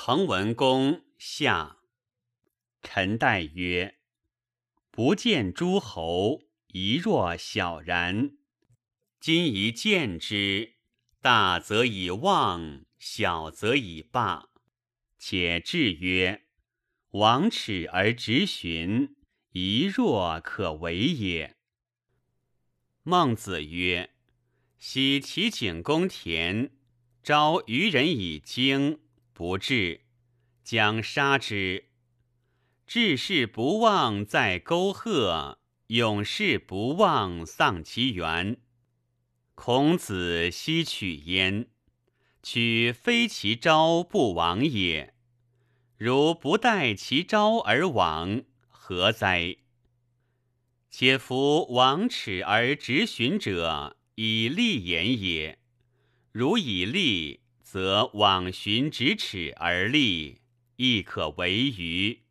滕文公下。臣代曰：不见诸侯，宜若小然。今宜见之，大则以望，小则以霸。且至曰：王耻而直循，宜若可为也。孟子曰：昔齐景公田，召渔人以鲸，不至，将杀之。志士不忘在沟壑，勇士不忘丧其源。孔子奚取焉？取非其招不往也。如不待其招而往，何哉？且夫王耻而直循者，以利言也。如以利，则往循直耻而利，亦可为与？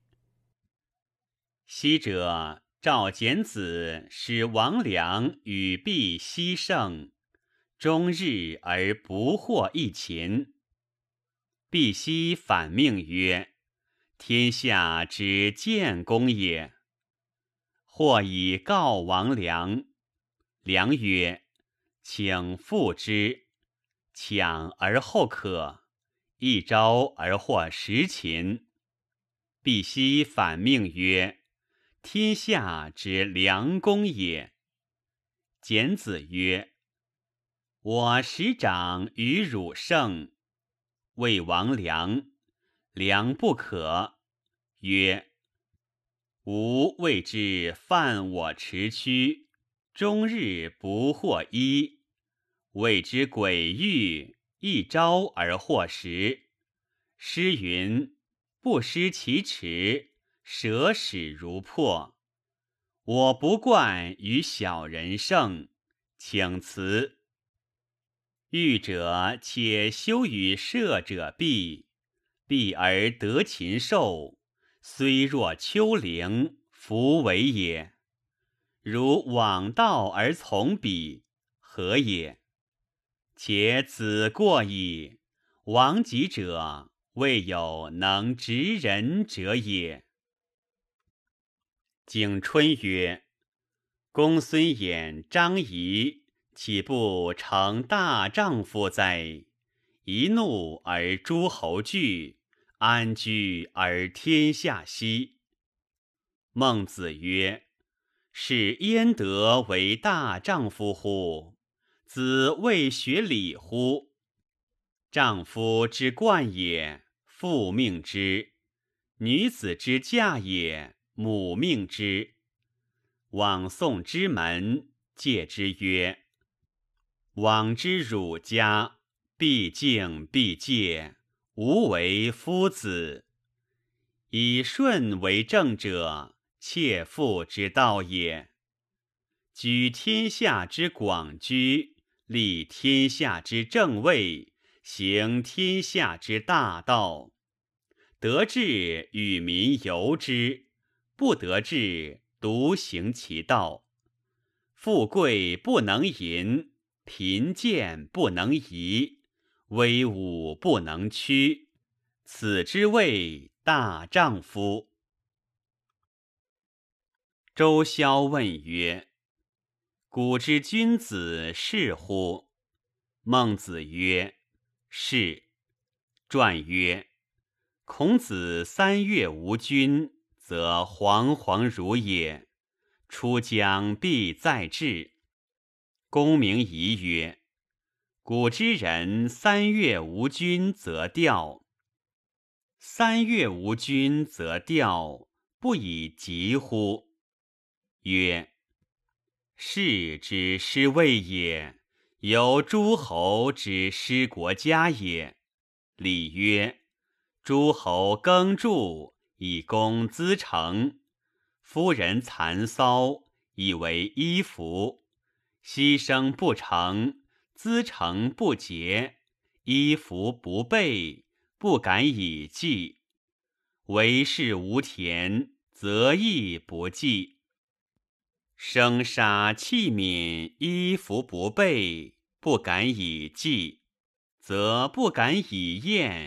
昔者赵简子使王良与毕奚胜，终日而不获一秦。毕奚反命曰：天下之建公也。或以告王良，良曰：请复之。抢而后可，一朝而获10秦。毕奚反命曰：天下之良公也。简子曰：我使长与汝胜。谓王良，良不可。曰：吾谓之犯我池曲，终日不获一。谓之诡欲，一朝而获10。诗云：不失其齿，舍使如破。我不惯与小人胜，请辞。欲者且修与射者避，避而得禽兽，虽若丘陵，弗为也。如往道而从彼，何也？且子过矣，亡己者，未有能执人者也。景春曰：公孙衍、张仪，岂不成大丈夫哉？一怒而诸侯惧，安居而天下息。孟子曰：是焉得为大丈夫乎？子未学礼乎？丈夫之冠也，父命之；女子之嫁也，母命之。往宋之门，戒之曰：往之汝家，必敬必戒，无为夫子。以顺为政者，切腹之道也。居天下之广居，立天下之正位，行天下之大道。得志与民由之，不得志独行其道。富贵不能淫，贫贱不能移，威武不能屈，此之谓大丈夫。周萧问曰：古之君子是乎？孟子曰：是。传曰：孔子3月无君，则惶惶如也。出疆必再至。公明仪曰：古之人3月无君则吊。3月无君则吊，不以疾乎？曰：士之失位也，由诸侯之失国家也。礼曰：诸侯耕助，以供资成。夫人蚕骚，以为衣服。牺牲不成，资成不节，衣服不备，不敢以祭。为士无田，则义不济。生杀器皿，衣服不备，不敢以祭，则不敢以宴，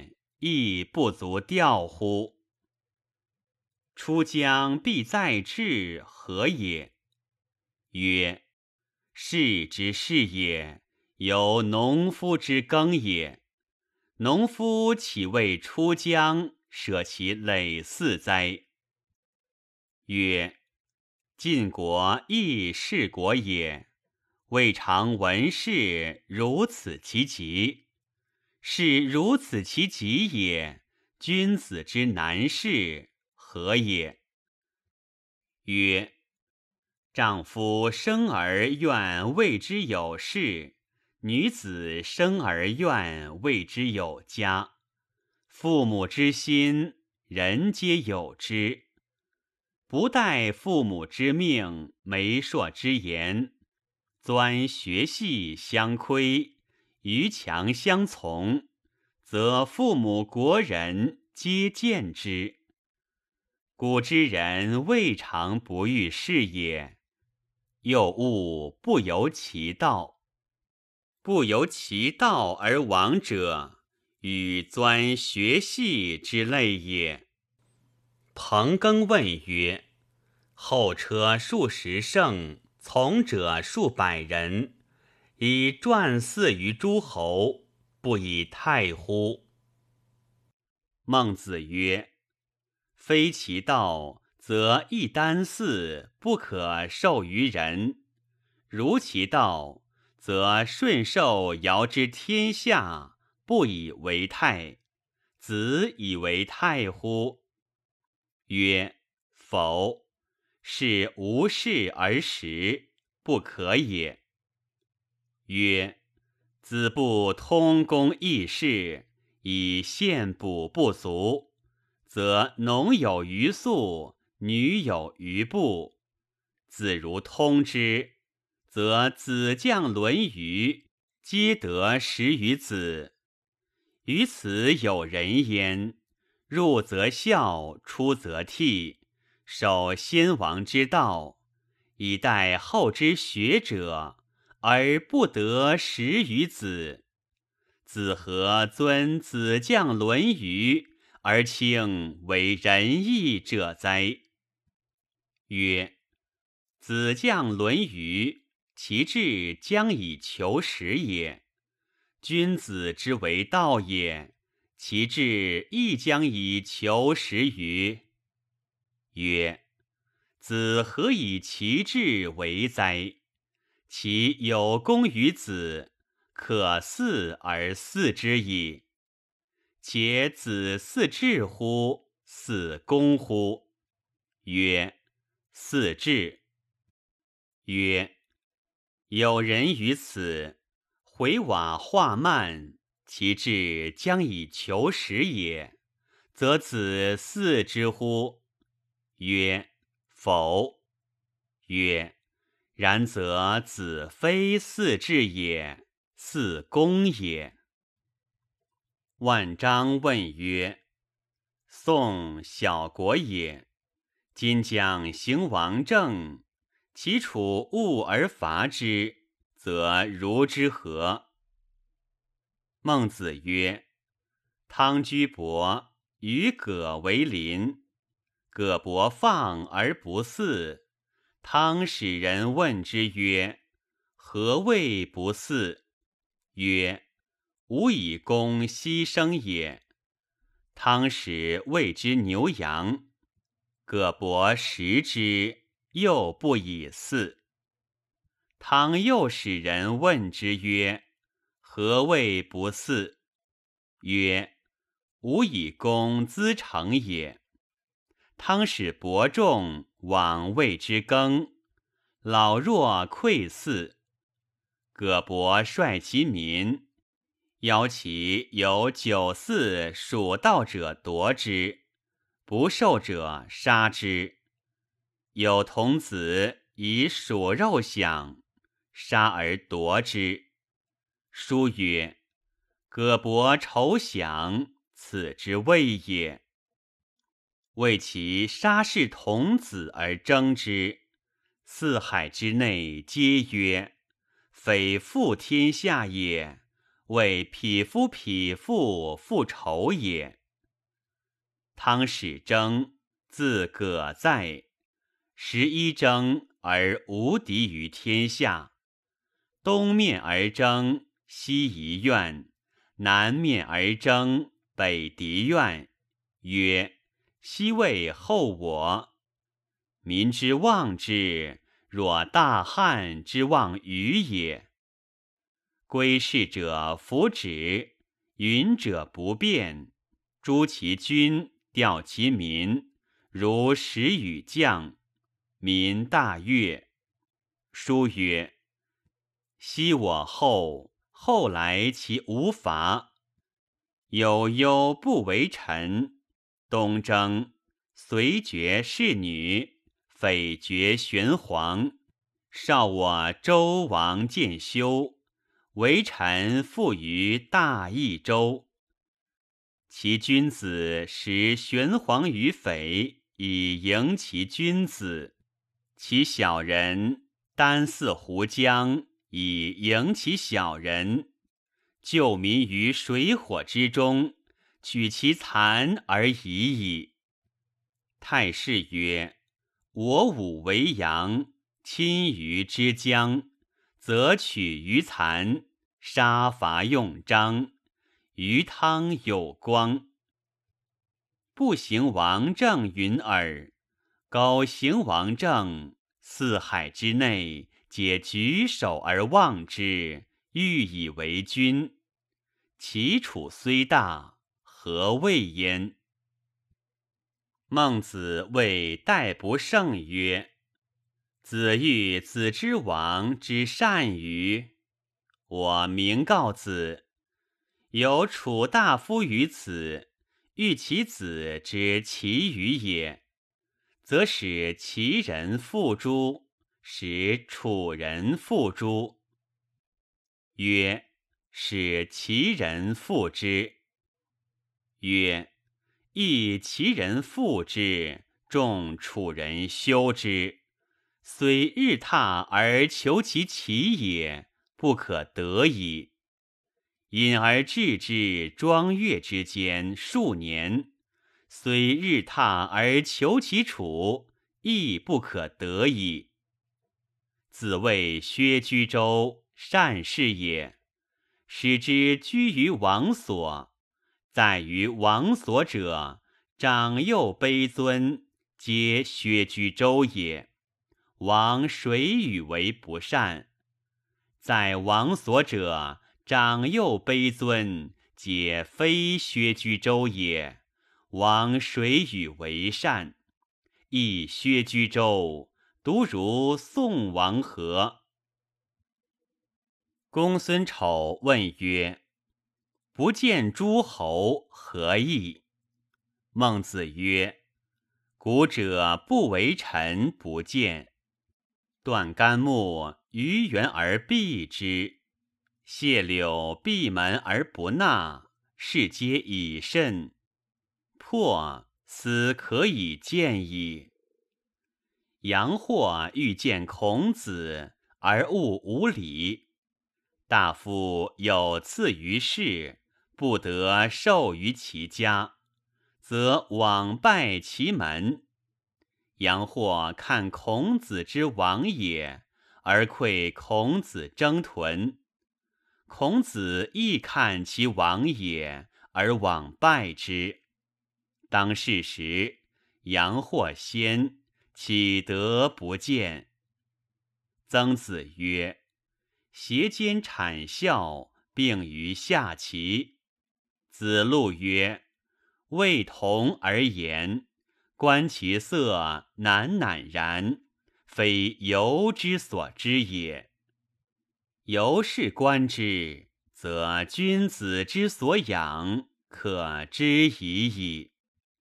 亦不足调乎？出疆必在志，何也？曰：士之事也，由农夫之耕也。农夫岂为出疆，舍其累嗣哉？曰：晋国亦是国也，未尝闻士如此其极。是如此其极也，君子之难事，何也？曰：丈夫生而愿为之有事，女子生而愿为之有家。父母之心，人皆有之。不待父母之命，媒妁之言，钻学系相窥，于墙相从，则父母国人皆见之。古之人未尝不遇事也，又恶不由其道。不由其道而亡者，与钻学系之类也。彭庚问曰：后车数十乘，从者数百人，以传祀于诸侯，不以泰乎？孟子曰：非其道，则一箪食不可授于人；如其道，则顺受尧之天下，不以为泰。子以为泰乎？曰：否。是无事而食，不可也。曰：子不通公议事，以献补不足，则农有余粟，女有余布。子如通之，则子将伦舆，皆得食于子。于此有人焉，入则孝，出则悌，守先王之道，以待后之学者，而不得食于子。子何尊子将伦舆，而称为仁义者哉？曰：子将伦舆，其志将以求实也。君子之为道也，其志亦将以求实于？曰：子何以其志为哉？其有功于子，可祀而祀之矣。且子祀智乎？祀公乎？曰：祀智。曰：有人于此，回瓦画蔓，其志将以求实也，则子祀之乎？曰：否。曰：然则子非祀智也，祀公也。万章问曰：宋小国也，今将行王政，其处恶而伐之，则如之何？孟子曰：汤居伯与葛为邻，葛伯放而不祀。汤使人问之曰：何谓不祀？曰：吾以公牺牲也。汤使谓之牛羊，葛伯食之，又不以祀。汤又使人问之曰：何谓不祀？曰：吾以公资成也。汤使伯仲往谓之耕，老弱馈祀。葛伯率其民，邀其有酒肆属道者夺之，不受者杀之。有童子以属肉享，杀而夺之。书曰：葛伯仇享，此之谓也。为其杀视童子而争之，四海之内皆曰：非负天下也， 为匹夫匹妇复仇也。汤始征，字葛在，11征而无敌于天下。东面而征，西夷怨；南面而征，北狄怨。曰：西魏后我。民之望之，若大汉之望禹也。归事者弗止，允者不变。诛其君，调其民，如使与将，民大悦。书曰：昔我后，后来其无伐。有忧不为臣。东征，遂绝侍女，匪绝玄黄。少我周王建修，为臣附于大益州。其君子食玄黄于匪，以迎其君子；其小人单饲胡姜，以迎其小人。救民于水火之中，取其残而已矣。太史曰：我武为阳，亲于之江，则取于残，杀伐用章，于汤有光。不行王政云耳。苟行王政，四海之内皆举手而望之，欲以为君。其楚虽大，何谓焉？孟子谓戴不胜曰：子欲子之王之善于？我明告子，有楚大夫于此，欲其子之其余也，则使齐人复诸，使楚人复诸。曰：使齐人复之。曰：亦齐人复之，众楚人修之，虽日榻而求其齐也，不可得矣。隐而治之庄越之间数年，虽日榻而求其楚，亦不可得矣。子谓薛居周善事也，使之居于王所。在于王所者，长幼卑尊，皆薛居周也。王谁与为不善？在王所者，长幼卑尊，皆非薛居周也。王谁与为善？亦薛居周，独如宋王何？公孙丑问曰：不见诸侯，何意？孟子曰：古者不为臣不见。断干木，于园而避之；谢柳，闭门而不纳，是皆以慎。破，斯可以见矣。阳货欲见孔子，而恶无礼。大夫有赐于世，不得受于其家，则往拜其门。阳货看孔子之王也，而馈孔子征屯；孔子亦看其王也，而往拜之。当世时，阳货先，岂得不见？曾子曰：挟肩谄笑，并于下齐。子路曰：未同而言，观其色，赧赧然，非由之所知也。由是观之，则君子之所养，可知已矣。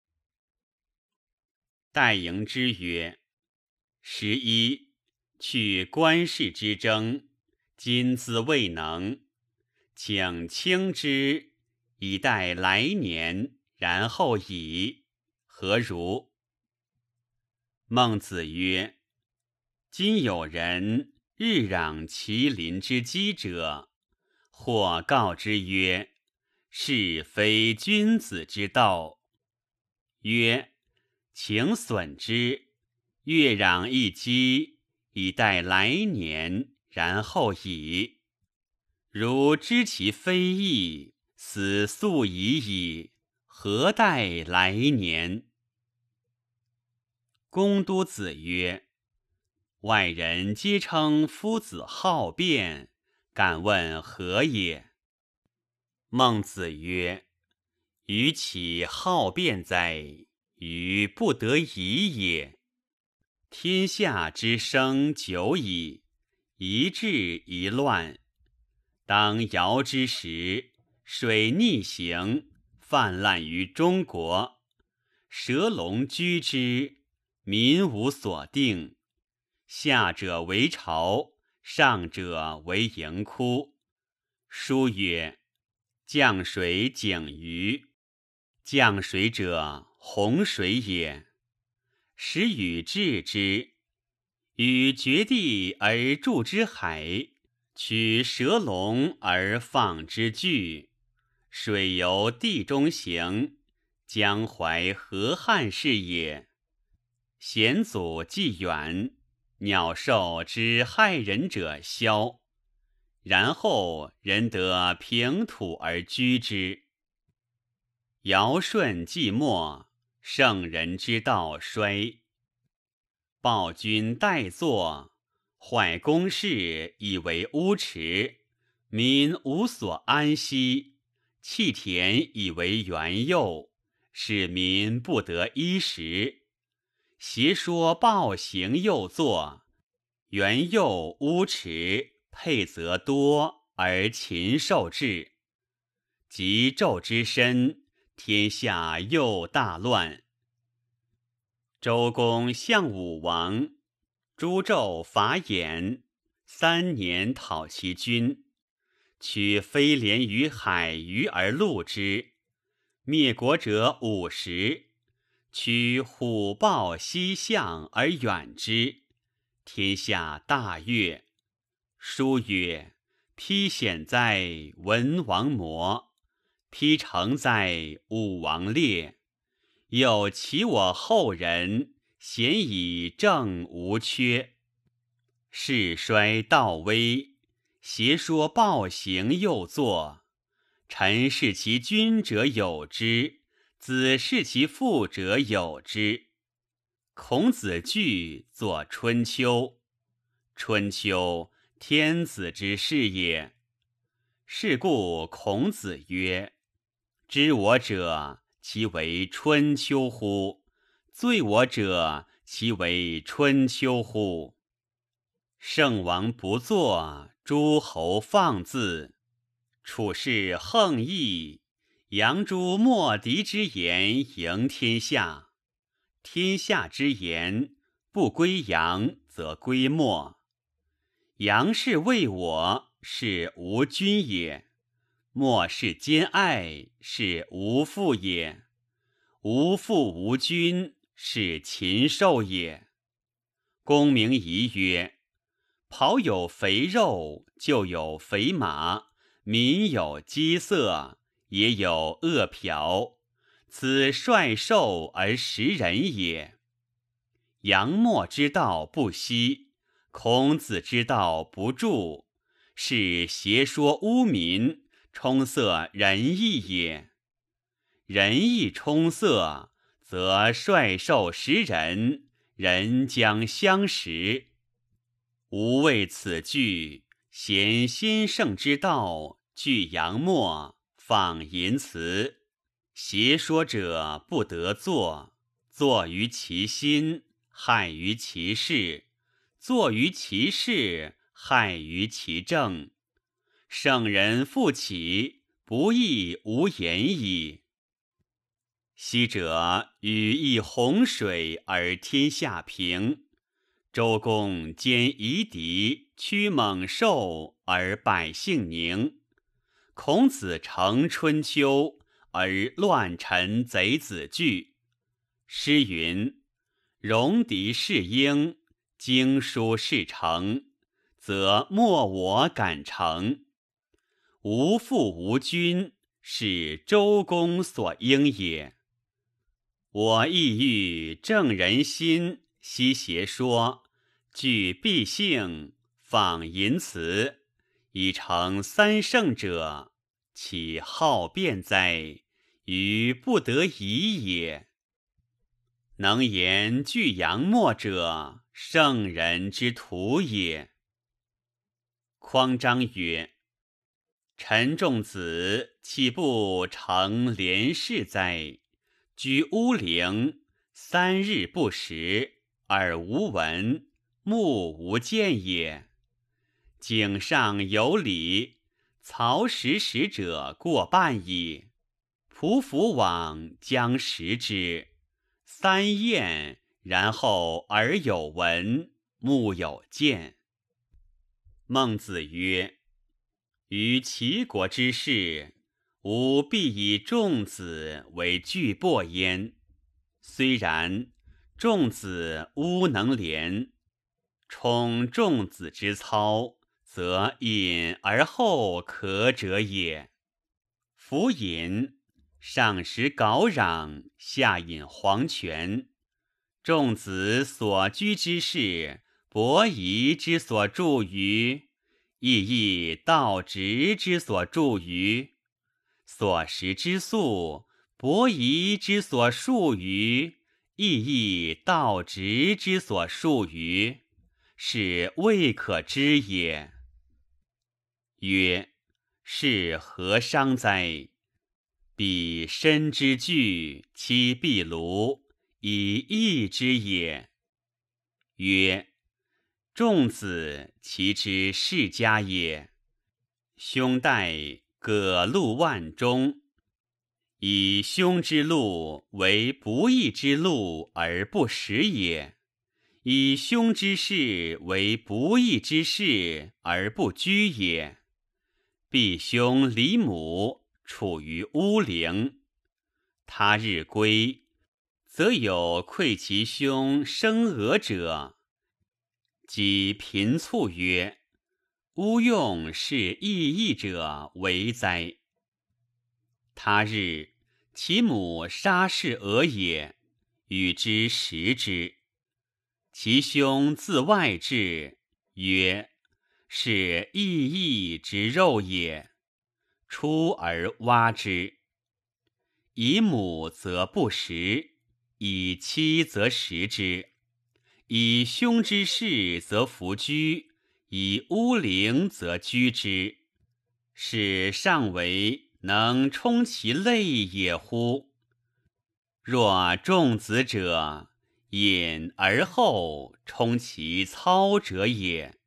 戴迎之曰：11去官事之争，今自未能，请轻之，以待来年，然后已，何如？孟子曰：今有人日攘其邻之饥者， 或告之曰：是非君子之道。曰：请损之，月壤一击，以待来年，然后已。如知其非义，死速已矣，何待来年？公都子曰：外人皆称夫子好辩，敢问何也？孟子曰：予岂好辩哉？予不得已也。天下之生久矣，一治一乱。当尧之时，水逆行，泛滥于中国，蛇龙居之，民无所定。下者为巢，上者为盈窟。书曰：降水井鱼，降水者洪水也。时禹治之，禹决地而注之海，取蛇龙而放之巨，水由地中行，江淮河汉是也。险阻既远，鸟兽之害人者消，然后人得平土而居之。尧舜既没，圣人之道衰。暴君待坐，坏公室以为屋池，民无所安息，弃田以为园囿，使民不得衣食。邪说暴行又作，园囿屋池配则多，而禽兽至。及纣之身，天下又大乱。周公向武王，诛纣伐衍，3年讨其君，取飞廉于海鱼而戮之，灭国者50，取虎豹犀象而远之，天下大悦。书曰：披险哉，文王谟；披城哉，武王烈。又其我后人，咸以正无缺。世衰道危，邪说暴行又作。臣视其君者有之，子视其父者有之。孔子据作春秋，春秋，天子之事也。是故孔子曰：知我者，其为春秋乎？罪我者，其为春秋乎？圣王不作，诸侯放肆。处士横溢，扬诸莫敌之言迎天下。天下之言，不归扬则归莫。杨氏为我，是无君也；莫氏兼爱，是无父也。无父无君，是禽兽也。公明仪曰：庖有肥肉，就有肥马，民有饥色，也有饿殍，此率兽而食人也。杨墨之道不息，孔子之道不著，是邪说污民，充塞仁义也。仁义充塞，则率兽食人，人将相食。吾为此句，贤先圣之道，具杨墨，放淫辞。邪说者不得作，作于其心，害于其事；作于其事，害于其政。圣人复起，不亦无言矣。昔者禹抑洪水而天下平，周公兼夷狄，驱猛兽而百姓宁。孔子成春秋，而乱臣贼子惧。诗云：戎狄是鹰，经书是诚，则莫我敢成。 无父无君，是周公所应也。我意欲正人心，悉邪说，具必性，仿淫辞，以成三圣者，岂好辩哉？于不得已也。能言具阳末者，圣人之徒也。匡章曰：臣仲子岂不成廉士哉？居乌陵3日不食，耳无闻，目无见也。井上有礼，曹食食者过半矣。匍匐往将食之，3宴，然后耳有闻，目有见。孟子曰：于齐国之事，吾必以仲子为巨擘焉。虽然，仲子乌能廉，充仲子之操，则隐而后可者也。夫隐，上食皋壤，下饮黄泉。仲子所居之室，伯夷之所住于，亦亦道直之所住于。所食之粟，伯夷之所述于，亦亦道直之所述于，是未可知也。曰：是何伤哉？彼身之具，其壁庐，以义之也。曰：仲子其之世家也。兄代葛路万钟，以兄之路为不义之路而不食也，以兄之事为不义之事而不居也。必兄离母，处于乌陵，他日归，则有愧其兄生俄者。即贫卒曰：乌用是异义者为哉？他日，其母杀是俄也，与之食之。其兄自外至，曰：是异义之肉也。出而挖之。以母则不食，以妻则食之。以兄之事则弗居，以乌陵则居之。是上为能充其类也乎？若仲子者，隐而后充其操者也。